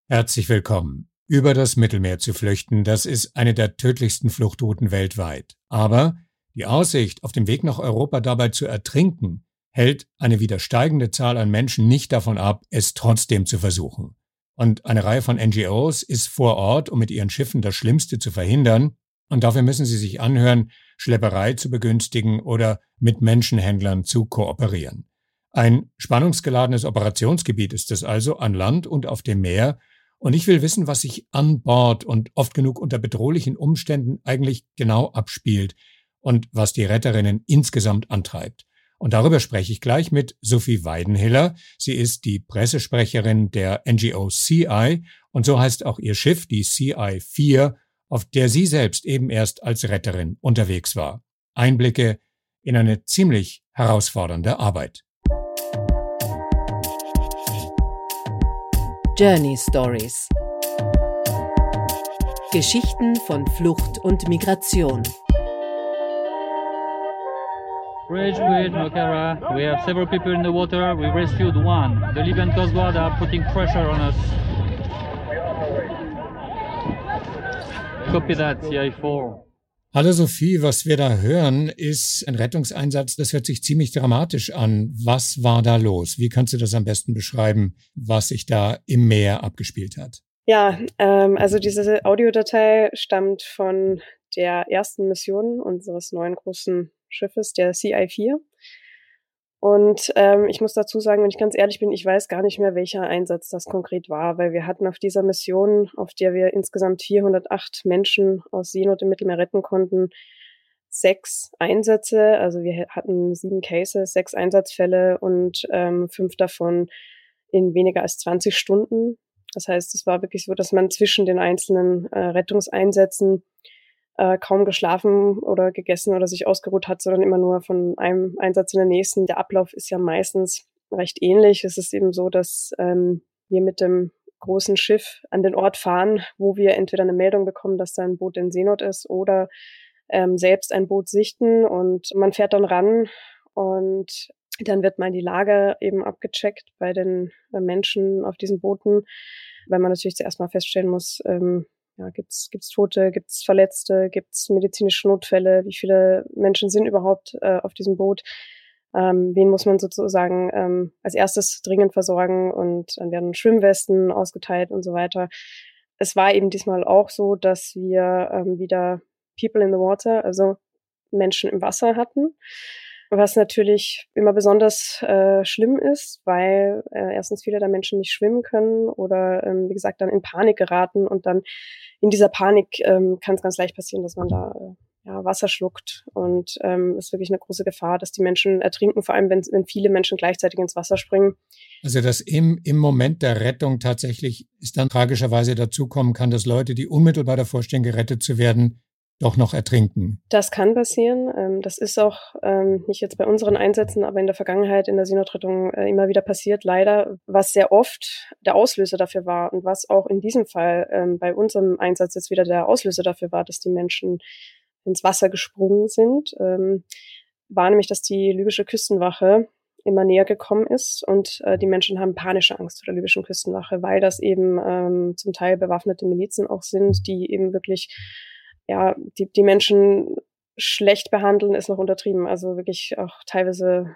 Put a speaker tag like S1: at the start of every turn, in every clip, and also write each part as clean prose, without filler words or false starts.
S1: Herzlich willkommen. Über das Mittelmeer zu flüchten, das ist eine der tödlichsten Fluchtrouten weltweit. Aber die Aussicht, auf dem Weg nach Europa dabei zu ertrinken, hält eine wieder steigende Zahl an Menschen nicht davon ab, es trotzdem zu versuchen. Und eine Reihe von NGOs ist vor Ort, um mit ihren Schiffen das Schlimmste zu verhindern. Und dafür müssen sie sich anhören, Schlepperei zu begünstigen oder mit Menschenhändlern zu kooperieren. Ein spannungsgeladenes Operationsgebiet ist es also an Land und auf dem Meer. Und ich will wissen, was sich an Bord und oft genug unter bedrohlichen Umständen eigentlich genau abspielt und was die Retterinnen insgesamt antreibt. Und darüber spreche ich gleich mit Sophie Weidenhiller. Sie ist die Pressesprecherin der NGO CI und so heißt auch ihr Schiff, die CI 4, auf der sie selbst eben erst als Retterin unterwegs war. Einblicke in eine ziemlich herausfordernde Arbeit.
S2: Journey Stories. Geschichten von Flucht und Migration.
S3: Bridge, Okara. We have several people in the water. We rescued one. The Libyan Coast Guard are putting pressure on us. Copy that, CI4.
S1: Hallo Sophie, was wir da hören, ist ein Rettungseinsatz, das hört sich ziemlich dramatisch an. Was war da los? Wie kannst du das am besten beschreiben, was sich da im Meer abgespielt hat?
S4: Ja, also diese Audiodatei stammt von der ersten Mission unseres neuen großen Schiffes, der CI 4. Und ich muss dazu sagen, wenn ich ganz ehrlich bin, ich weiß gar nicht mehr, welcher Einsatz das konkret war, weil wir hatten auf dieser Mission, auf der wir insgesamt 408 Menschen aus Seenot im Mittelmeer retten konnten, 6 Einsätze. Also wir hatten 7 Cases, 6 Einsatzfälle und 5 davon in weniger als 20 Stunden. Das heißt, es war wirklich so, dass man zwischen den einzelnen Rettungseinsätzen kaum geschlafen oder gegessen oder sich ausgeruht hat, sondern immer nur von einem Einsatz in den nächsten. Der Ablauf ist ja meistens recht ähnlich. Es ist eben so, dass wir mit dem großen Schiff an den Ort fahren, wo wir entweder eine Meldung bekommen, dass da ein Boot in Seenot ist oder selbst ein Boot sichten und man fährt dann ran und dann wird mal die Lage eben abgecheckt bei den Menschen auf diesen Booten, weil man natürlich zuerst mal feststellen muss, gibt's Tote, gibt's Verletzte, gibt's medizinische Notfälle, wie viele Menschen sind überhaupt auf diesem Boot, wen muss man sozusagen als erstes dringend versorgen und dann werden Schwimmwesten ausgeteilt und so weiter. Es war eben diesmal auch so, dass wir wieder People in the Water, also Menschen im Wasser hatten, was natürlich immer besonders schlimm ist, weil erstens viele der Menschen nicht schwimmen können oder wie gesagt dann in Panik geraten und dann in dieser Panik kann es ganz leicht passieren, dass man da Wasser schluckt und ist wirklich eine große Gefahr, dass die Menschen ertrinken, vor allem wenn viele Menschen gleichzeitig ins Wasser springen.
S1: Also dass im Moment der Rettung tatsächlich es dann tragischerweise dazu kommen kann, dass Leute, die unmittelbar davor stehen, gerettet zu werden, doch noch ertrinken.
S4: Das kann passieren. Das ist auch nicht jetzt bei unseren Einsätzen, aber in der Vergangenheit in der Seenotrettung immer wieder passiert, leider. Was sehr oft der Auslöser dafür war und was auch in diesem Fall bei unserem Einsatz jetzt wieder der Auslöser dafür war, dass die Menschen ins Wasser gesprungen sind, war nämlich, dass die libysche Küstenwache immer näher gekommen ist und die Menschen haben panische Angst vor der libyschen Küstenwache, weil das eben zum Teil bewaffnete Milizen auch sind, die eben wirklich die Menschen schlecht behandeln, ist noch untertrieben. Also wirklich auch teilweise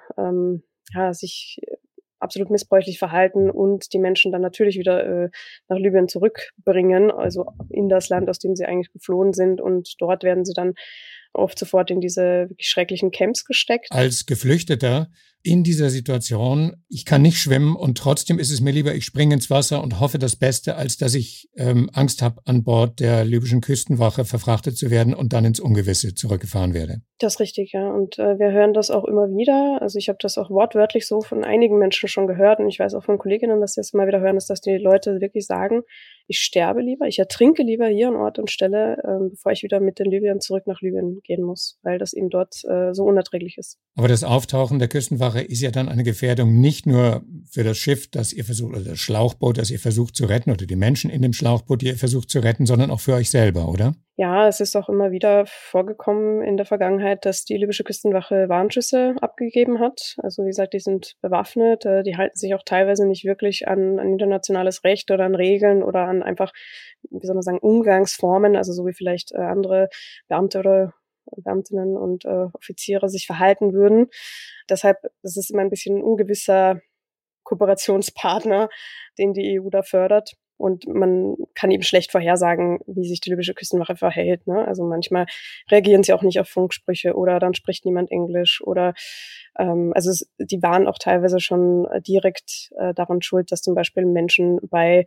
S4: sich absolut missbräuchlich verhalten und die Menschen dann natürlich wieder nach Libyen zurückbringen, also in das Land, aus dem sie eigentlich geflohen sind. Und dort werden sie dann oft sofort in diese wirklich schrecklichen Camps gesteckt.
S1: Als Geflüchteter in dieser Situation, ich kann nicht schwimmen und trotzdem ist es mir lieber, ich springe ins Wasser und hoffe das Beste, als dass ich Angst habe, an Bord der libyschen Küstenwache verfrachtet zu werden und dann ins Ungewisse zurückgefahren werde.
S4: Das ist richtig, ja. Und wir hören das auch immer wieder. Also ich habe das auch wortwörtlich so von einigen Menschen schon gehört und ich weiß auch von Kolleginnen, dass sie das immer wieder hören, dass die Leute wirklich sagen, ich sterbe lieber, ich ertrinke lieber hier an Ort und Stelle, bevor ich wieder mit den Libyern zurück nach Libyen gehen muss, weil das eben dort so unerträglich ist.
S1: Aber das Auftauchen der Küstenwache ist ja dann eine Gefährdung nicht nur für das Schiff, das ihr versucht, oder das Schlauchboot, das ihr versucht zu retten, oder die Menschen in dem Schlauchboot, die ihr versucht zu retten, sondern auch für euch selber, oder?
S4: Ja, es ist auch immer wieder vorgekommen in der Vergangenheit, dass die libysche Küstenwache Warnschüsse abgegeben hat. Also wie gesagt, die sind bewaffnet, die halten sich auch teilweise nicht wirklich an internationales Recht oder an Regeln oder an einfach, wie soll man sagen, Umgangsformen, also so wie vielleicht andere Beamte oder Beamtinnen und Offiziere sich verhalten würden. Deshalb ist es immer ein bisschen ein ungewisser Kooperationspartner, den die EU da fördert. Und man kann eben schlecht vorhersagen, wie sich die libysche Küstenwache verhält. Ne? Also manchmal reagieren sie auch nicht auf Funksprüche oder dann spricht niemand Englisch oder die waren auch teilweise schon direkt daran schuld, dass zum Beispiel Menschen bei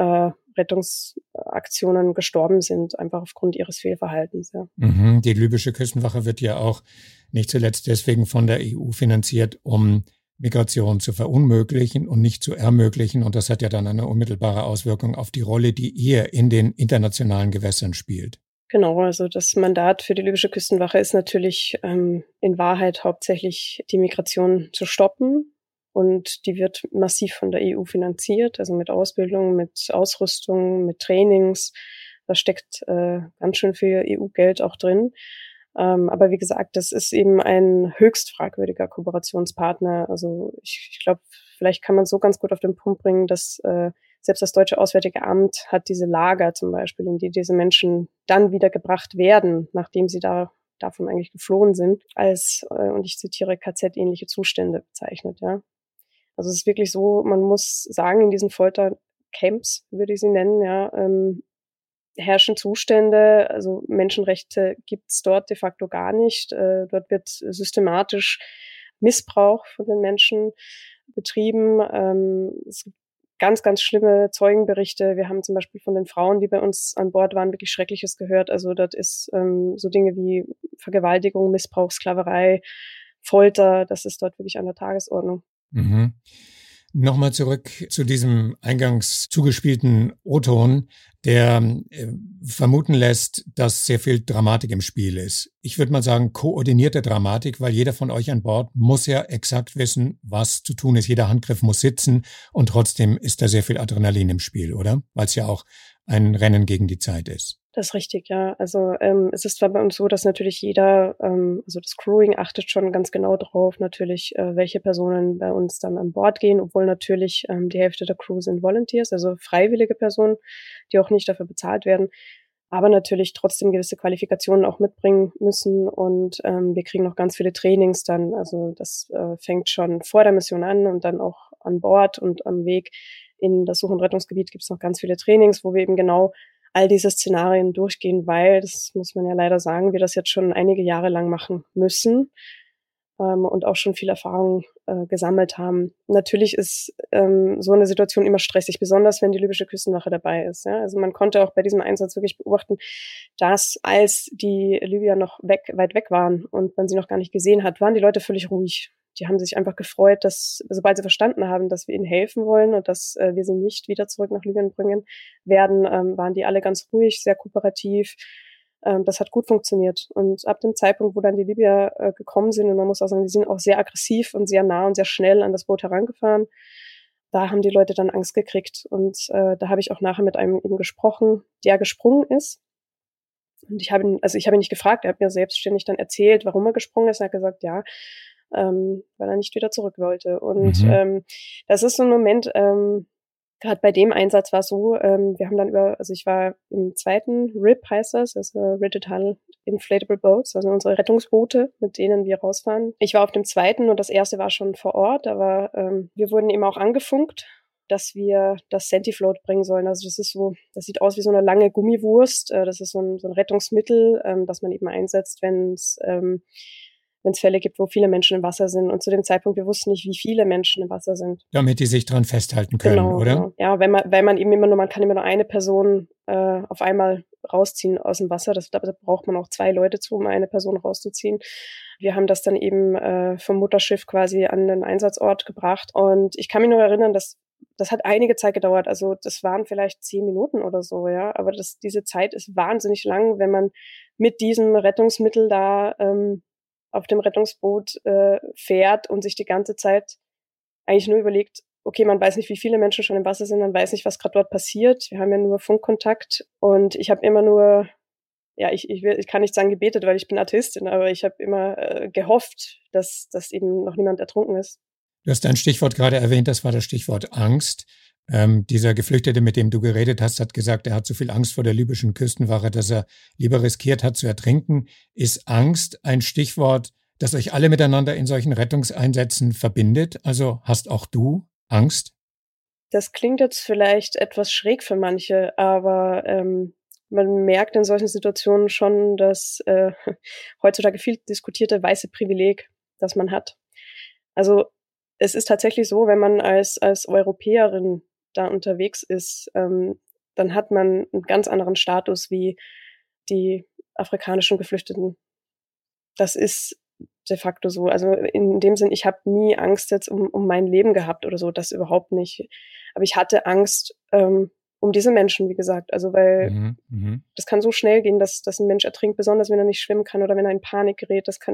S4: Rettungsaktionen gestorben sind, einfach aufgrund ihres Fehlverhaltens. Ja.
S1: Mhm. Die libysche Küstenwache wird ja auch nicht zuletzt deswegen von der EU finanziert, um Migration zu verunmöglichen und nicht zu ermöglichen. Und das hat ja dann eine unmittelbare Auswirkung auf die Rolle, die ihr in den internationalen Gewässern spielt.
S4: Genau, also das Mandat für die libysche Küstenwache ist natürlich in Wahrheit hauptsächlich die Migration zu stoppen. Und die wird massiv von der EU finanziert, also mit Ausbildung, mit Ausrüstung, mit Trainings. Da steckt ganz schön viel EU-Geld auch drin. Aber wie gesagt, das ist eben ein höchst fragwürdiger Kooperationspartner. Also ich glaube, vielleicht kann man so ganz gut auf den Punkt bringen, dass selbst das deutsche Auswärtige Amt hat diese Lager zum Beispiel, in die diese Menschen dann wieder gebracht werden, nachdem sie davon eigentlich geflohen sind, als, und ich zitiere, KZ-ähnliche Zustände bezeichnet. Ja. Also es ist wirklich so, man muss sagen, in diesen Foltercamps, würde ich sie nennen, ja, herrschen Zustände, also Menschenrechte gibt's dort de facto gar nicht. Dort wird systematisch Missbrauch von den Menschen betrieben. Es gibt ganz, ganz schlimme Zeugenberichte. Wir haben zum Beispiel von den Frauen, die bei uns an Bord waren, wirklich Schreckliches gehört. Also dort ist so Dinge wie Vergewaltigung, Missbrauch, Sklaverei, Folter, das ist dort wirklich an der Tagesordnung.
S1: Mhm. Nochmal zurück zu diesem eingangs zugespielten O-Ton, der vermuten lässt, dass sehr viel Dramatik im Spiel ist. Ich würde mal sagen, koordinierte Dramatik, weil jeder von euch an Bord muss ja exakt wissen, was zu tun ist. Jeder Handgriff muss sitzen und trotzdem ist da sehr viel Adrenalin im Spiel, oder? Weil es ja auch ein Rennen gegen die Zeit ist.
S4: Das ist richtig, ja. Also es ist zwar bei uns so, dass natürlich jeder, also das Crewing achtet schon ganz genau drauf, natürlich, welche Personen bei uns dann an Bord gehen, obwohl natürlich die Hälfte der Crew sind Volunteers, also freiwillige Personen, die auch nicht dafür bezahlt werden, aber natürlich trotzdem gewisse Qualifikationen auch mitbringen müssen und wir kriegen noch ganz viele Trainings dann. Also das fängt schon vor der Mission an und dann auch an Bord und am Weg in das Such- und Rettungsgebiet gibt es noch ganz viele Trainings, wo wir eben genau all diese Szenarien durchgehen, weil, das muss man ja leider sagen, wir das jetzt schon einige Jahre lang machen müssen und auch schon viel Erfahrung gesammelt haben. Natürlich ist so eine Situation immer stressig, besonders wenn die libysche Küstenwache dabei ist. Ja? Also man konnte auch bei diesem Einsatz wirklich beobachten, dass als die Libyer noch weit weg waren und man sie noch gar nicht gesehen hat, waren die Leute völlig ruhig. Die haben sich einfach gefreut, dass, sobald sie verstanden haben, dass wir ihnen helfen wollen und dass wir sie nicht wieder zurück nach Libyen bringen werden, waren die alle ganz ruhig, sehr kooperativ. Das hat gut funktioniert. Und ab dem Zeitpunkt, wo dann die Libyer gekommen sind, und man muss auch sagen, die sind auch sehr aggressiv und sehr nah und sehr schnell an das Boot herangefahren, da haben die Leute dann Angst gekriegt. Und da habe ich auch nachher mit einem eben gesprochen, der gesprungen ist. Und ich habe ihn nicht gefragt, er hat mir selbstständig dann erzählt, warum er gesprungen ist. Er hat gesagt, ja, weil er nicht wieder zurück wollte. Und das ist so ein Moment, gerade bei dem Einsatz war es so, wir haben dann ich war im zweiten RIP, heißt das, also Rigid Hull Inflatable Boats, also unsere Rettungsboote, mit denen wir rausfahren. Ich war auf dem zweiten und das erste war schon vor Ort, aber wir wurden eben auch angefunkt, dass wir das Sentifloat bringen sollen. Also das sieht aus wie so eine lange Gummiwurst. Das ist so ein Rettungsmittel, das man eben einsetzt, wenn es Fälle gibt, wo viele Menschen im Wasser sind. Und zu dem Zeitpunkt, wir wussten nicht, wie viele Menschen im Wasser sind.
S1: Damit die sich dran festhalten können,
S4: genau,
S1: oder?
S4: Genau. Ja, weil man kann immer nur eine Person auf einmal rausziehen aus dem Wasser. Da braucht man auch 2 Leute zu, um eine Person rauszuziehen. Wir haben das dann eben vom Mutterschiff quasi an den Einsatzort gebracht. Und ich kann mich nur erinnern, dass das hat einige Zeit gedauert. Also das waren vielleicht 10 Minuten oder so, ja. Aber diese Zeit ist wahnsinnig lang, wenn man mit diesem Rettungsmittel da auf dem Rettungsboot fährt und sich die ganze Zeit eigentlich nur überlegt, okay, man weiß nicht, wie viele Menschen schon im Wasser sind, man weiß nicht, was gerade dort passiert. Wir haben ja nur Funkkontakt und ich habe immer nur ich kann nicht sagen gebetet, weil ich bin Atheistin, aber ich habe immer gehofft, dass eben noch niemand ertrunken ist.
S1: Du hast ein Stichwort gerade erwähnt, das war das Stichwort Angst. Dieser Geflüchtete, mit dem du geredet hast, hat gesagt, er hat so viel Angst vor der libyschen Küstenwache, dass er lieber riskiert hat zu ertrinken. Ist Angst ein Stichwort, das euch alle miteinander in solchen Rettungseinsätzen verbindet? Also hast auch du Angst?
S4: Das klingt jetzt vielleicht etwas schräg für manche, aber man merkt in solchen Situationen schon das heutzutage viel diskutierte weiße Privileg, das man hat. Also es ist tatsächlich so, wenn man als Europäerin da unterwegs ist, dann hat man einen ganz anderen Status wie die afrikanischen Geflüchteten. Das ist de facto so. Also in dem Sinn, ich habe nie Angst jetzt um mein Leben gehabt oder so, das überhaupt nicht. Aber ich hatte Angst um diese Menschen, wie gesagt. Also weil das kann so schnell gehen, dass ein Mensch ertrinkt, besonders wenn er nicht schwimmen kann oder wenn er in Panik gerät. Das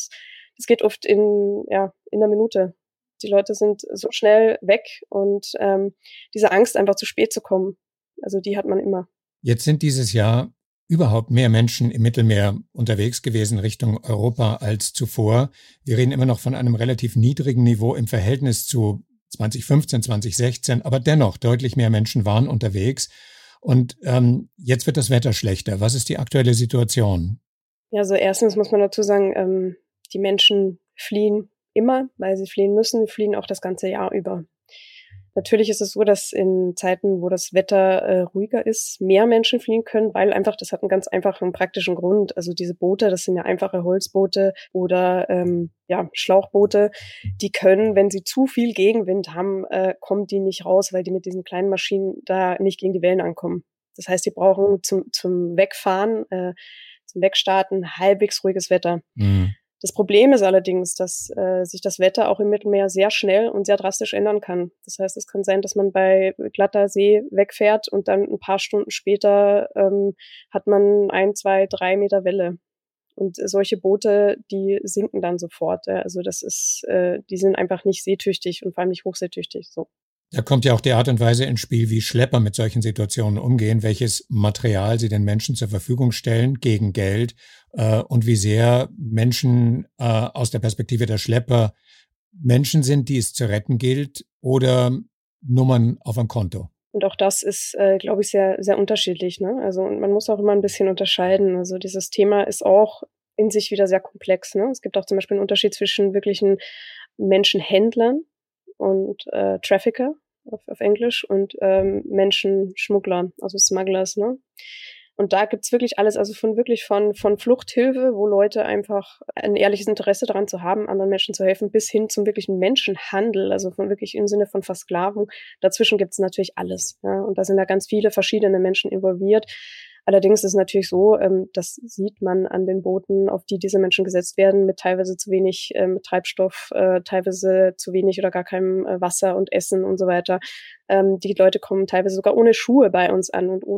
S4: geht oft in einer Minute. Die Leute sind so schnell weg und diese Angst, einfach zu spät zu kommen, also die hat man immer.
S1: Jetzt sind dieses Jahr überhaupt mehr Menschen im Mittelmeer unterwegs gewesen Richtung Europa als zuvor. Wir reden immer noch von einem relativ niedrigen Niveau im Verhältnis zu 2015, 2016, aber dennoch deutlich mehr Menschen waren unterwegs. Und jetzt wird das Wetter schlechter. Was ist die aktuelle Situation?
S4: Ja, also erstens muss man dazu sagen, die Menschen fliehen immer, weil sie fliehen müssen. Sie fliehen auch das ganze Jahr über. Natürlich ist es so, dass in Zeiten, wo das Wetter ruhiger ist, mehr Menschen fliehen können, weil einfach, das hat einen ganz einfachen praktischen Grund. Also diese Boote, das sind ja einfache Holzboote oder Schlauchboote, die können, wenn sie zu viel Gegenwind haben, kommen die nicht raus, weil die mit diesen kleinen Maschinen da nicht gegen die Wellen ankommen. Das heißt, die brauchen zum Wegfahren, zum Wegstarten halbwegs ruhiges Wetter. Mhm. Das Problem ist allerdings, dass sich das Wetter auch im Mittelmeer sehr schnell und sehr drastisch ändern kann. Das heißt, es kann sein, dass man bei glatter See wegfährt und dann ein paar Stunden später hat man 1, 2, 3 Meter Welle. Und solche Boote, die sinken dann sofort. Also das ist, die sind einfach nicht seetüchtig und vor allem nicht hochseetüchtig. So.
S1: Da kommt ja auch die Art und Weise ins Spiel, wie Schlepper mit solchen Situationen umgehen, welches Material sie den Menschen zur Verfügung stellen gegen Geld und wie sehr Menschen aus der Perspektive der Schlepper Menschen sind, die es zu retten gilt oder Nummern auf einem Konto.
S4: Und auch das ist, glaube ich, sehr, sehr unterschiedlich. Ne? Also man muss auch immer ein bisschen unterscheiden. Also dieses Thema ist auch in sich wieder sehr komplex. Ne? Es gibt auch zum Beispiel einen Unterschied zwischen wirklichen Menschenhändlern und Trafficker auf Englisch und Menschenschmuggler, also Smugglers, ne? Und da gibt's wirklich alles, also von Fluchthilfe, wo Leute einfach ein ehrliches Interesse daran zu haben, anderen Menschen zu helfen, bis hin zum wirklichen Menschenhandel, also von wirklich im Sinne von Versklavung. Dazwischen gibt's natürlich alles, ja? Und da sind da ganz viele verschiedene Menschen involviert. Allerdings ist es natürlich so, das sieht man an den Booten, auf die diese Menschen gesetzt werden, mit teilweise zu wenig Treibstoff, teilweise zu wenig oder gar keinem Wasser und Essen und so weiter. Die Leute kommen teilweise sogar ohne Schuhe bei uns an und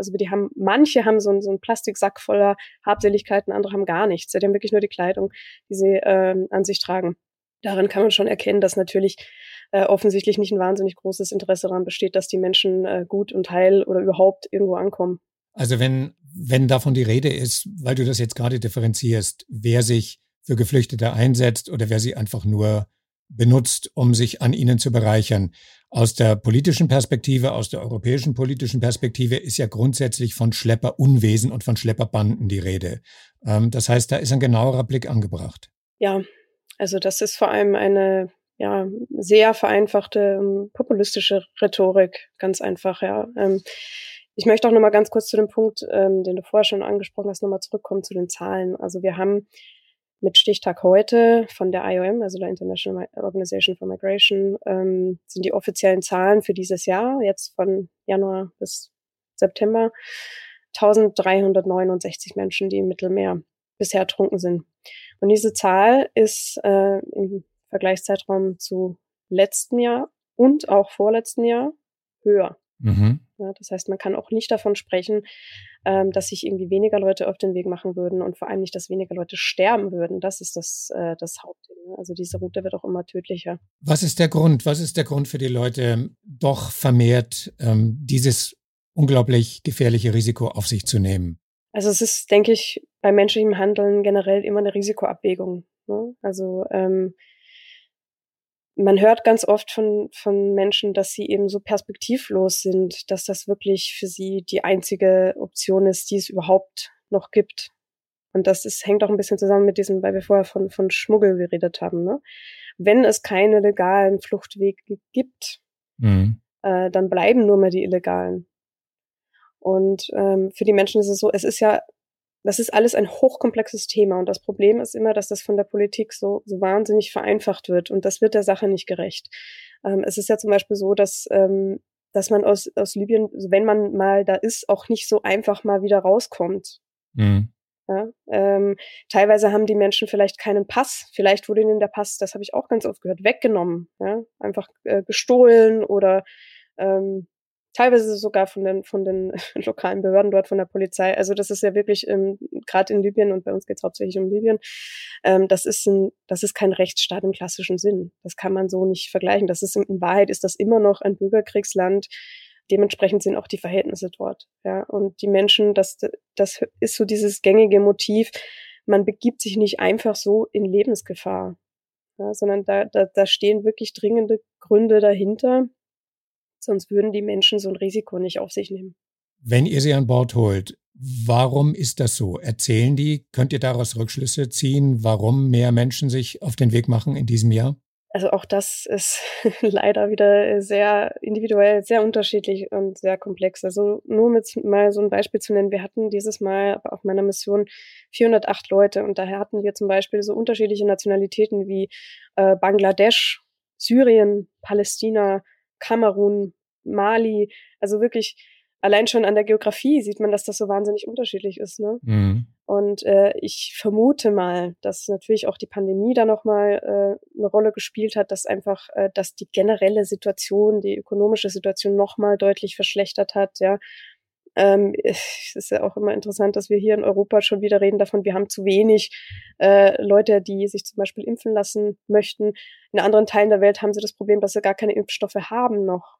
S4: manche haben so einen Plastiksack voller Habseligkeiten, andere haben gar nichts. Die haben wirklich nur die Kleidung, die sie an sich tragen. Daran kann man schon erkennen, dass natürlich offensichtlich nicht ein wahnsinnig großes Interesse daran besteht, dass die Menschen gut und heil oder überhaupt irgendwo ankommen.
S1: Also wenn davon die Rede ist, weil du das jetzt gerade differenzierst, wer sich für Geflüchtete einsetzt oder wer sie einfach nur benutzt, um sich an ihnen zu bereichern. Aus der politischen Perspektive, aus der europäischen politischen Perspektive ist ja grundsätzlich von Schlepperunwesen und von Schlepperbanden die Rede. Das heißt, da ist ein genauerer Blick angebracht.
S4: Ja, also das ist vor allem eine sehr vereinfachte, populistische Rhetorik, ganz einfach, ja. Ich möchte auch noch mal ganz kurz zu dem Punkt, den du vorher schon angesprochen hast, nochmal zurückkommen zu den Zahlen. Also wir haben mit Stichtag heute von der IOM, also der International Organization for Migration, sind die offiziellen Zahlen für dieses Jahr, jetzt von Januar bis September, 1369 Menschen, die im Mittelmeer bisher ertrunken sind. Und diese Zahl ist im Vergleichszeitraum zu letztem Jahr und auch vorletzten Jahr höher. Mhm. Ja, das heißt, man kann auch nicht davon sprechen, dass sich irgendwie weniger Leute auf den Weg machen würden und vor allem nicht, dass weniger Leute sterben würden. Das ist das Hauptding. Also diese Route wird auch immer tödlicher.
S1: Was ist der Grund? Was ist der Grund für die Leute, doch vermehrt dieses unglaublich gefährliche Risiko auf sich zu nehmen?
S4: Also es ist, denke ich, bei menschlichem Handeln generell immer eine Risikoabwägung, ne? Also man hört ganz oft von Menschen, dass sie eben so perspektivlos sind, dass das wirklich für sie die einzige Option ist, die es überhaupt noch gibt. Und hängt auch ein bisschen zusammen mit diesem, weil wir vorher von Schmuggel geredet haben, ne? Wenn es keine legalen Fluchtwege gibt, dann bleiben nur mehr die illegalen. Und für die Menschen ist es so, das ist alles ein hochkomplexes Thema. Und das Problem ist immer, dass das von der Politik so wahnsinnig vereinfacht wird. Und das wird der Sache nicht gerecht. Es ist ja zum Beispiel so, dass man aus Libyen, wenn man mal da ist, auch nicht so einfach mal wieder rauskommt. Ja, teilweise haben die Menschen vielleicht keinen Pass. Vielleicht wurde ihnen der Pass, das habe ich auch ganz oft gehört, weggenommen. Ja? Einfach gestohlen oder teilweise sogar von den lokalen Behörden dort, von der Polizei. Also das ist ja wirklich, gerade in Libyen, und bei uns geht es hauptsächlich um Libyen, das ist kein Rechtsstaat im klassischen Sinn. Das kann man so nicht vergleichen. In Wahrheit ist das immer noch ein Bürgerkriegsland. Dementsprechend sind auch die Verhältnisse dort. Ja, und die Menschen, das ist so dieses gängige Motiv, man begibt sich nicht einfach so in Lebensgefahr, ja, sondern da stehen wirklich dringende Gründe dahinter, sonst würden die Menschen so ein Risiko nicht auf sich nehmen.
S1: Wenn ihr sie an Bord holt, warum ist das so? Erzählen die, könnt ihr daraus Rückschlüsse ziehen, warum mehr Menschen sich auf den Weg machen in diesem Jahr?
S4: Also auch das ist leider wieder sehr individuell, sehr unterschiedlich und sehr komplex. Also nur mal so ein Beispiel zu nennen. Wir hatten dieses Mal auf meiner Mission 408 Leute und daher hatten wir zum Beispiel so unterschiedliche Nationalitäten wie Bangladesch, Syrien, Palästina, Kamerun, Mali. Also wirklich allein schon an der Geografie sieht man, dass das so wahnsinnig unterschiedlich ist, ne? Und ich vermute mal, dass natürlich auch die Pandemie da nochmal eine Rolle gespielt hat, dass einfach, dass die generelle Situation, die ökonomische Situation nochmal deutlich verschlechtert hat, ja. Es ist ja auch immer interessant, dass wir hier in Europa schon wieder reden davon, wir haben zu wenig Leute, die sich zum Beispiel impfen lassen möchten. In anderen Teilen der Welt haben sie das Problem, dass sie gar keine Impfstoffe haben noch.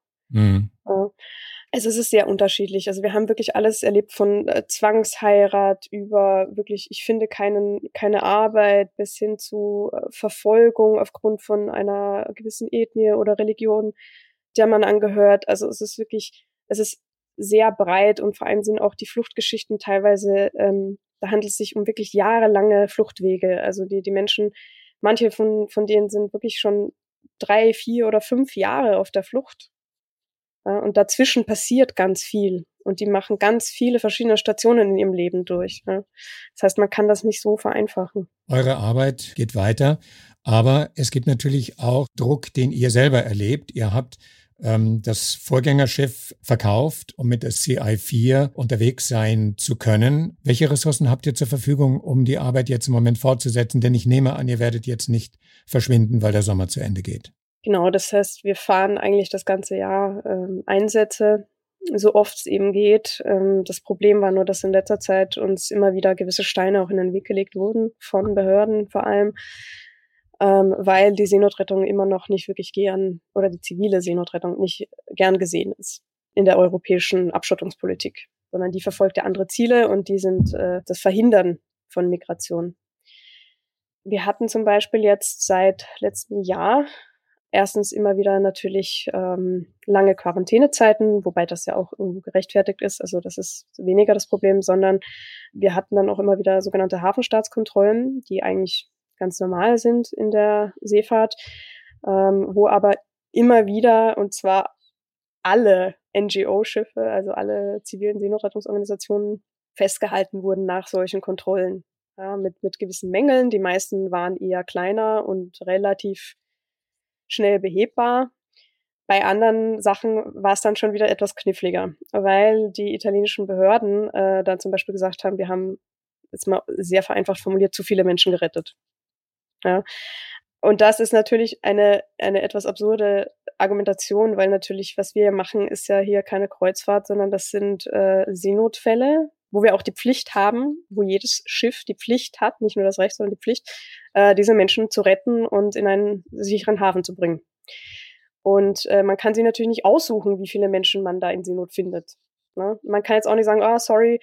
S4: Also es ist sehr unterschiedlich. Also wir haben wirklich alles erlebt, von Zwangsheirat über wirklich, ich finde keine Arbeit, bis hin zu Verfolgung aufgrund von einer gewissen Ethnie oder Religion, der man angehört. Also es ist sehr breit und vor allem sind auch die Fluchtgeschichten teilweise, da handelt es sich um wirklich jahrelange Fluchtwege. Also die Menschen, manche von denen sind wirklich schon 3, 4 oder 5 Jahre auf der Flucht. Ja, und dazwischen passiert ganz viel. Und die machen ganz viele verschiedene Stationen in ihrem Leben durch. Ja. Das heißt, man kann das nicht so vereinfachen.
S1: Eure Arbeit geht weiter, aber es gibt natürlich auch Druck, den ihr selber erlebt. Ihr habt das Vorgängerschiff verkauft, um mit der CI4 unterwegs sein zu können. Welche Ressourcen habt ihr zur Verfügung, um die Arbeit jetzt im Moment fortzusetzen? Denn ich nehme an, ihr werdet jetzt nicht verschwinden, weil der Sommer zu Ende geht.
S4: Genau, das heißt, wir fahren eigentlich das ganze Jahr Einsätze, so oft es eben geht. Das Problem war nur, dass in letzter Zeit uns immer wieder gewisse Steine auch in den Weg gelegt wurden, von Behörden vor allem, weil die Seenotrettung immer noch nicht wirklich oder die zivile Seenotrettung nicht gern gesehen ist in der europäischen Abschottungspolitik, sondern die verfolgt ja andere Ziele und die sind das Verhindern von Migration. Wir hatten zum Beispiel jetzt seit letztem Jahr erstens immer wieder natürlich lange Quarantänezeiten, wobei das ja auch irgendwo gerechtfertigt ist. Also das ist weniger das Problem, sondern wir hatten dann auch immer wieder sogenannte Hafenstaatskontrollen, die eigentlich ganz normal sind in der Seefahrt, wo aber immer wieder, und zwar alle NGO-Schiffe, also alle zivilen Seenotrettungsorganisationen, festgehalten wurden nach solchen Kontrollen. Ja, mit gewissen Mängeln. Die meisten waren eher kleiner und relativ schnell behebbar. Bei anderen Sachen war es dann schon wieder etwas kniffliger, weil die italienischen Behörden dann zum Beispiel gesagt haben, wir haben, jetzt mal sehr vereinfacht formuliert, zu viele Menschen gerettet. Ja. Und das ist natürlich eine etwas absurde Argumentation, weil natürlich, was wir hier machen, ist ja hier keine Kreuzfahrt, sondern das sind Seenotfälle, wo wir auch die Pflicht haben, wo jedes Schiff die Pflicht hat, nicht nur das Recht, sondern die Pflicht, diese Menschen zu retten und in einen sicheren Hafen zu bringen. Und man kann sie natürlich nicht aussuchen, wie viele Menschen man da in Seenot findet. Ne? Man kann jetzt auch nicht sagen, sorry,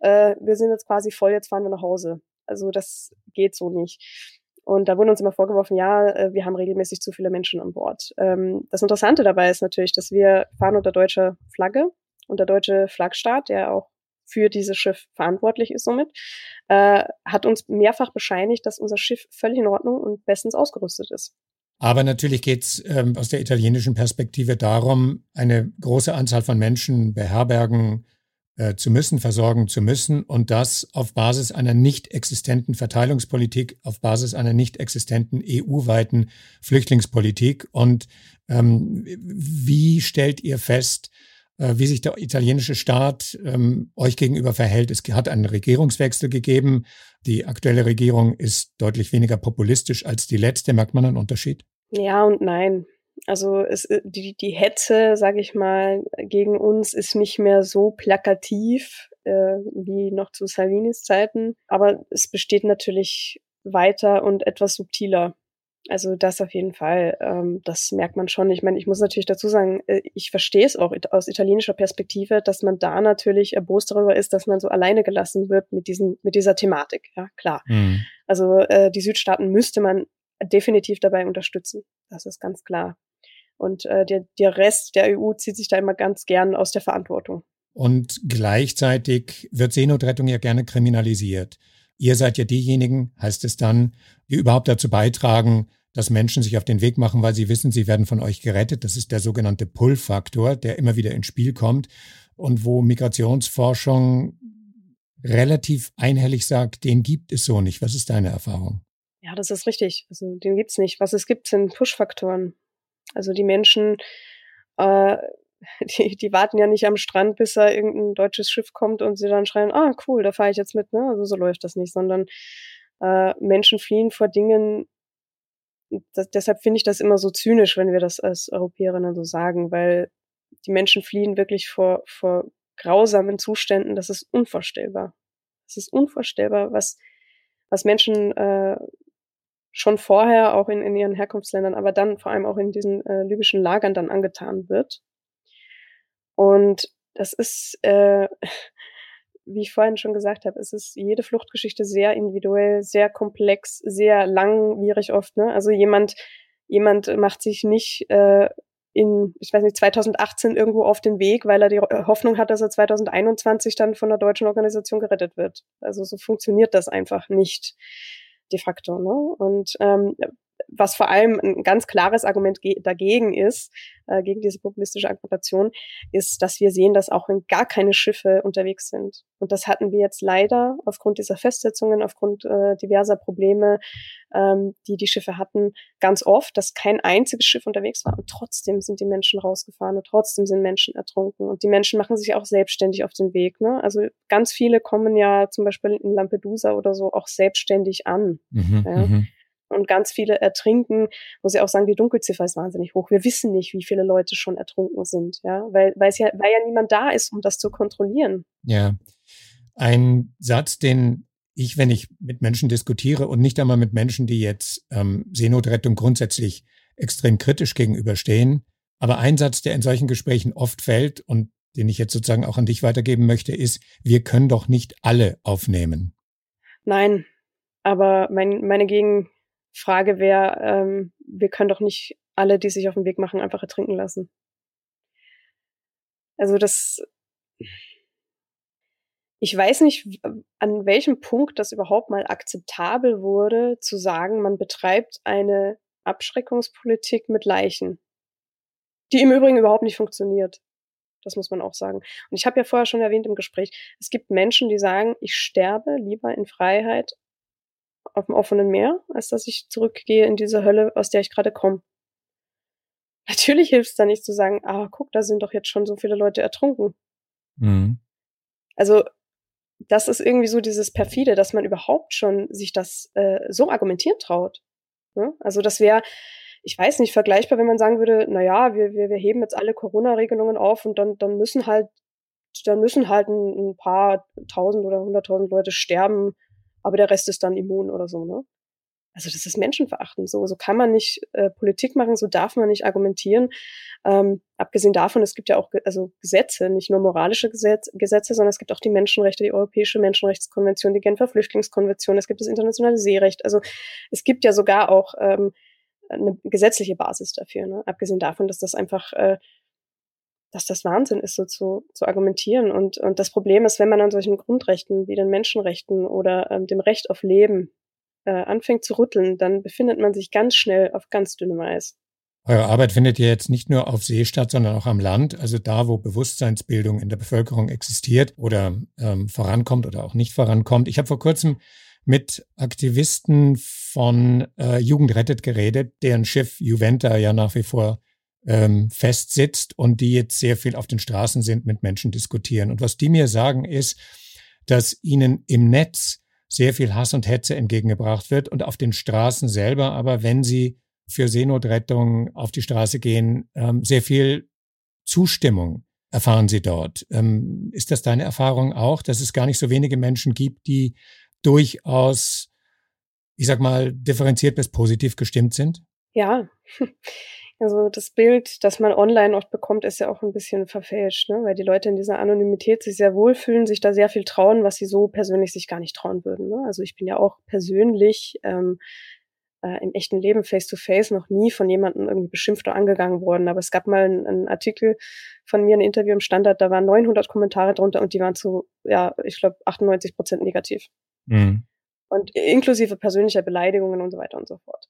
S4: wir sind jetzt quasi voll, jetzt fahren wir nach Hause. Also das geht so nicht. Und da wurde uns immer vorgeworfen, ja, wir haben regelmäßig zu viele Menschen an Bord. Das Interessante dabei ist natürlich, dass wir fahren unter deutscher Flagge und der deutsche Flaggstaat, der auch für dieses Schiff verantwortlich ist somit, hat uns mehrfach bescheinigt, dass unser Schiff völlig in Ordnung und bestens ausgerüstet ist.
S1: Aber natürlich geht's aus der italienischen Perspektive darum, eine große Anzahl von Menschen beherbergen zu müssen, versorgen zu müssen und das auf Basis einer nicht existenten Verteilungspolitik, auf Basis einer nicht existenten EU-weiten Flüchtlingspolitik. Und wie stellt ihr fest, wie sich der italienische Staat euch gegenüber verhält? Es hat einen Regierungswechsel gegeben. Die aktuelle Regierung ist deutlich weniger populistisch als die letzte. Merkt man einen Unterschied?
S4: Ja und nein. Also die Hetze, sage ich mal, gegen uns ist nicht mehr so plakativ wie noch zu Salvinis Zeiten. Aber es besteht natürlich weiter und etwas subtiler. Also das auf jeden Fall, das merkt man schon. Ich meine, ich muss natürlich dazu sagen, ich verstehe es auch aus italienischer Perspektive, dass man da natürlich erbost darüber ist, dass man so alleine gelassen wird mit dieser Thematik. Ja, klar. Mhm. Also die Südstaaten müsste man definitiv dabei unterstützen. Das ist ganz klar. Und der Rest der EU zieht sich da immer ganz gern aus der Verantwortung.
S1: Und gleichzeitig wird Seenotrettung ja gerne kriminalisiert. Ihr seid ja diejenigen, heißt es dann, die überhaupt dazu beitragen, dass Menschen sich auf den Weg machen, weil sie wissen, sie werden von euch gerettet. Das ist der sogenannte Pull-Faktor, der immer wieder ins Spiel kommt und wo Migrationsforschung relativ einhellig sagt, den gibt es so nicht. Was ist deine Erfahrung?
S4: Ja, das ist richtig. Also den gibt's nicht. Was es gibt, sind Push-Faktoren. Also die Menschen, die warten ja nicht am Strand, bis da irgendein deutsches Schiff kommt und sie dann schreien, ah, cool, da fahre ich jetzt mit, ne? Also so läuft das nicht, sondern Menschen fliehen vor Dingen. Deshalb finde ich das immer so zynisch, wenn wir das als Europäerinnen so sagen, weil die Menschen fliehen wirklich vor grausamen Zuständen. Das ist unvorstellbar. Das ist unvorstellbar, was Menschen schon vorher auch in ihren Herkunftsländern, aber dann vor allem auch in diesen libyschen Lagern dann angetan wird. Und das ist, wie ich vorhin schon gesagt habe, es ist jede Fluchtgeschichte sehr individuell, sehr komplex, sehr langwierig oft. Ne? Also jemand macht sich nicht ich weiß nicht, 2018 irgendwo auf den Weg, weil er die Hoffnung hat, dass er 2021 dann von einer deutschen Organisation gerettet wird. Also so funktioniert das einfach nicht de facto. Ne? Und was vor allem ein ganz klares Argument dagegen ist, gegen diese populistische Argumentation, ist, dass wir sehen, dass auch wenn gar keine Schiffe unterwegs sind. Und das hatten wir jetzt leider aufgrund dieser Festsetzungen, aufgrund diverser Probleme, die Schiffe hatten, ganz oft, dass kein einziges Schiff unterwegs war. Und trotzdem sind die Menschen rausgefahren und trotzdem sind Menschen ertrunken. Und die Menschen machen sich auch selbstständig auf den Weg. Ne? Also ganz viele kommen ja zum Beispiel in Lampedusa oder so auch selbstständig an. Und ganz viele ertrinken, muss ich auch sagen, die Dunkelziffer ist wahnsinnig hoch. Wir wissen nicht, wie viele Leute schon ertrunken sind, ja, weil ja niemand da ist, um das zu kontrollieren.
S1: Ja, ein Satz, den ich, wenn ich mit Menschen diskutiere und nicht einmal mit Menschen, die jetzt Seenotrettung grundsätzlich extrem kritisch gegenüberstehen, aber ein Satz, der in solchen Gesprächen oft fällt und den ich jetzt sozusagen auch an dich weitergeben möchte, ist, wir können doch nicht alle aufnehmen.
S4: Nein, aber meine Gegenfrage wäre, wir können doch nicht alle, die sich auf den Weg machen, einfach ertrinken lassen. Also ich weiß nicht, an welchem Punkt das überhaupt mal akzeptabel wurde, zu sagen, man betreibt eine Abschreckungspolitik mit Leichen, die im Übrigen überhaupt nicht funktioniert. Das muss man auch sagen. Und ich habe ja vorher schon erwähnt im Gespräch, es gibt Menschen, die sagen, ich sterbe lieber in Freiheit auf dem offenen Meer, als dass ich zurückgehe in diese Hölle, aus der ich gerade komme. Natürlich hilft es da nicht zu sagen, guck, da sind doch jetzt schon so viele Leute ertrunken. Mhm. Also das ist irgendwie so dieses Perfide, dass man überhaupt schon sich das so argumentieren traut. Ja? Also das wäre, ich weiß nicht, vergleichbar, wenn man sagen würde, naja, wir heben jetzt alle Corona-Regelungen auf und dann müssen halt ein paar 1000 oder 100.000 Leute sterben, aber der Rest ist dann immun oder so, ne? also das ist menschenverachtend. So kann man nicht Politik machen, so darf man nicht argumentieren. Abgesehen davon, es gibt ja auch Gesetze, nicht nur moralische Gesetze, sondern es gibt auch die Menschenrechte, die Europäische Menschenrechtskonvention, die Genfer Flüchtlingskonvention, es gibt das internationale Seerecht. Also es gibt ja sogar auch eine gesetzliche Basis dafür. Ne? Abgesehen davon, dass das einfach dass das Wahnsinn ist, so zu argumentieren. Und das Problem ist, wenn man an solchen Grundrechten wie den Menschenrechten oder dem Recht auf Leben anfängt zu rütteln, dann befindet man sich ganz schnell auf ganz dünnem Eis.
S1: Eure Arbeit findet ja jetzt nicht nur auf See statt, sondern auch am Land, also da, wo Bewusstseinsbildung in der Bevölkerung existiert oder vorankommt oder auch nicht vorankommt. Ich habe vor kurzem mit Aktivisten von Jugend rettet geredet, deren Schiff Juventa ja nach wie vor festsitzt und die jetzt sehr viel auf den Straßen sind, mit Menschen diskutieren. Und was die mir sagen ist, dass ihnen im Netz sehr viel Hass und Hetze entgegengebracht wird und auf den Straßen selber, aber wenn sie für Seenotrettung auf die Straße gehen, sehr viel Zustimmung erfahren sie dort. Ist das deine Erfahrung auch, dass es gar nicht so wenige Menschen gibt, die durchaus, ich sag mal, differenziert bis positiv gestimmt sind?
S4: Ja, also das Bild, das man online oft bekommt, ist ja auch ein bisschen verfälscht, ne? Weil die Leute in dieser Anonymität sich sehr wohlfühlen, sich da sehr viel trauen, was sie so persönlich sich gar nicht trauen würden. Ne? Also ich bin ja auch persönlich im echten Leben face-to-face noch nie von jemandem irgendwie beschimpft oder angegangen worden. Aber es gab mal einen Artikel von mir, ein Interview im Standard, da waren 900 Kommentare drunter und die waren zu, ich glaube, 98% negativ.
S1: Mhm.
S4: Und inklusive persönlicher Beleidigungen und so weiter und so fort.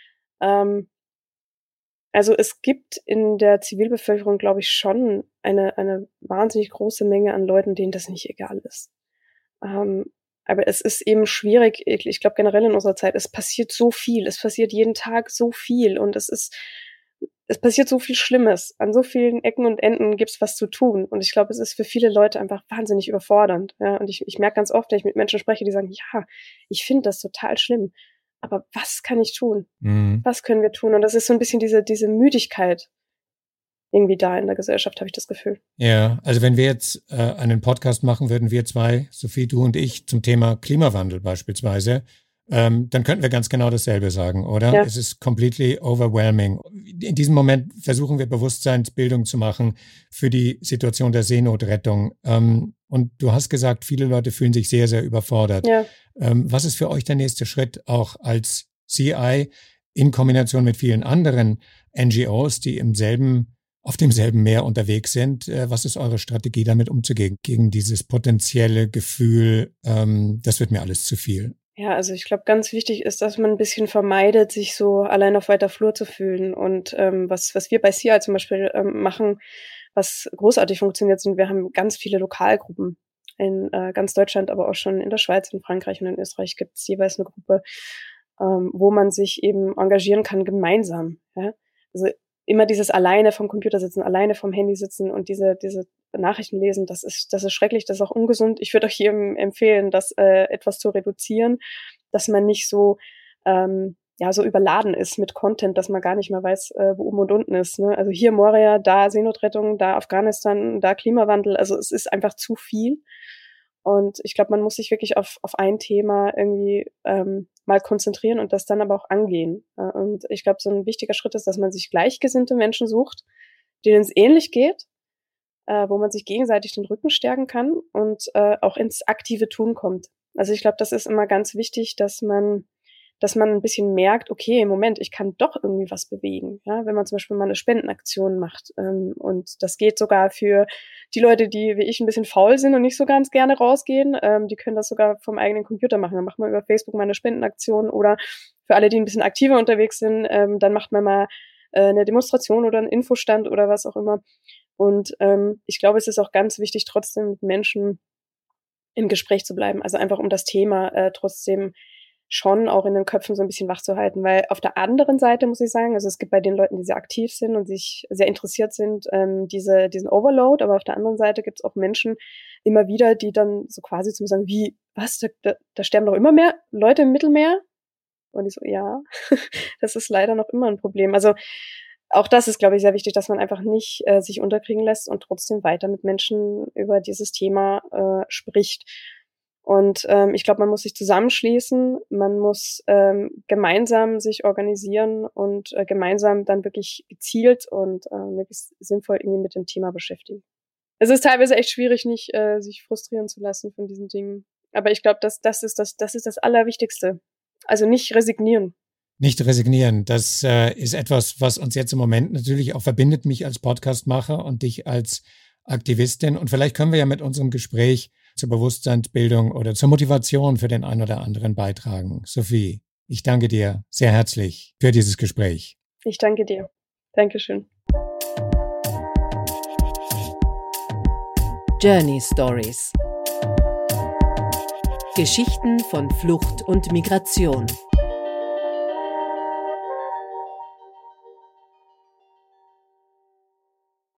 S4: Also es gibt in der Zivilbevölkerung, glaube ich, schon eine wahnsinnig große Menge an Leuten, denen das nicht egal ist. Aber es ist eben schwierig, ich glaube generell in unserer Zeit, es passiert so viel, es passiert jeden Tag so viel und es passiert so viel Schlimmes. An so vielen Ecken und Enden gibt's was zu tun. Und ich glaube, es ist für viele Leute einfach wahnsinnig überfordernd. Ja? Und ich merke ganz oft, wenn ich mit Menschen spreche, die sagen, ja, ich finde das total schlimm. Aber was kann ich tun?
S1: Mhm.
S4: Was können wir tun? Und das ist so ein bisschen diese Müdigkeit irgendwie da in der Gesellschaft, habe ich das Gefühl.
S1: Ja, also wenn wir jetzt einen Podcast machen würden, wir zwei, Sophie, du und ich, zum Thema Klimawandel beispielsweise, dann könnten wir ganz genau dasselbe sagen, oder?
S4: Ja.
S1: Es ist completely overwhelming. In diesem Moment versuchen wir Bewusstseinsbildung zu machen für die Situation der Seenotrettung. Und du hast gesagt, viele Leute fühlen sich sehr, sehr überfordert.
S4: Ja.
S1: Was ist für euch der nächste Schritt auch als CI in Kombination mit vielen anderen NGOs, die auf demselben Meer unterwegs sind? Was ist eure Strategie, damit umzugehen, gegen dieses potenzielle Gefühl, das wird mir alles zu viel?
S4: Ja, also ich glaube, ganz wichtig ist, dass man ein bisschen vermeidet, sich so allein auf weiter Flur zu fühlen. Und was wir bei CI zum Beispiel machen, was großartig funktioniert, sind, wir haben ganz viele Lokalgruppen in ganz Deutschland, aber auch schon in der Schweiz, in Frankreich und in Österreich gibt es jeweils eine Gruppe, wo man sich eben engagieren kann gemeinsam. Ja? Also immer dieses alleine vom Computer sitzen, alleine vom Handy sitzen und diese Nachrichten lesen, das ist schrecklich, das ist auch ungesund. Ich würde euch jedem empfehlen, das etwas zu reduzieren, dass man nicht so so überladen ist mit Content, dass man gar nicht mehr weiß, wo oben und unten ist. Ne? Also hier Moria, da Seenotrettung, da Afghanistan, da Klimawandel. Also es ist einfach zu viel. Und ich glaube, man muss sich wirklich auf ein Thema irgendwie mal konzentrieren und das dann aber auch angehen. Und ich glaube, so ein wichtiger Schritt ist, dass man sich gleichgesinnte Menschen sucht, denen es ähnlich geht, wo man sich gegenseitig den Rücken stärken kann und auch ins aktive Tun kommt. Also ich glaube, das ist immer ganz wichtig, dass man ein bisschen merkt, okay, im Moment, ich kann doch irgendwie was bewegen. Ja, wenn man zum Beispiel mal eine Spendenaktion macht. Und das geht sogar für die Leute, die wie ich ein bisschen faul sind und nicht so ganz gerne rausgehen. Die können das sogar vom eigenen Computer machen. Dann macht man über Facebook mal eine Spendenaktion oder für alle, die ein bisschen aktiver unterwegs sind, dann macht man mal eine Demonstration oder einen Infostand oder was auch immer. Und ich glaube, es ist auch ganz wichtig, trotzdem mit Menschen im Gespräch zu bleiben. Also einfach um das Thema trotzdem schon auch in den Köpfen so ein bisschen wach zu halten, weil auf der anderen Seite muss ich sagen, also es gibt bei den Leuten, die sehr aktiv sind und sich sehr interessiert sind, diesen Overload, aber auf der anderen Seite gibt es auch Menschen immer wieder, die dann so quasi zu mir sagen, wie, was, da sterben doch immer mehr Leute im Mittelmeer? Und ich so, ja, das ist leider noch immer ein Problem. Also auch das ist, glaube ich, sehr wichtig, dass man einfach nicht sich unterkriegen lässt und trotzdem weiter mit Menschen über dieses Thema spricht. Und ich glaube, man muss sich zusammenschließen, man muss gemeinsam sich organisieren und gemeinsam dann wirklich gezielt und wirklich sinnvoll irgendwie mit dem Thema beschäftigen. Es ist teilweise echt schwierig, nicht sich frustrieren zu lassen von diesen Dingen. Aber ich glaube, das ist das Allerwichtigste. Also nicht resignieren.
S1: Nicht resignieren, das ist etwas, was uns jetzt im Moment natürlich auch verbindet, mich als Podcastmacher und dich als Aktivistin. Und vielleicht können wir ja mit unserem Gespräch zur Bewusstseinsbildung oder zur Motivation für den einen oder anderen beitragen. Sophie, ich danke dir sehr herzlich für dieses Gespräch.
S4: Ich danke dir. Dankeschön.
S2: Journey Stories. Geschichten von Flucht und Migration.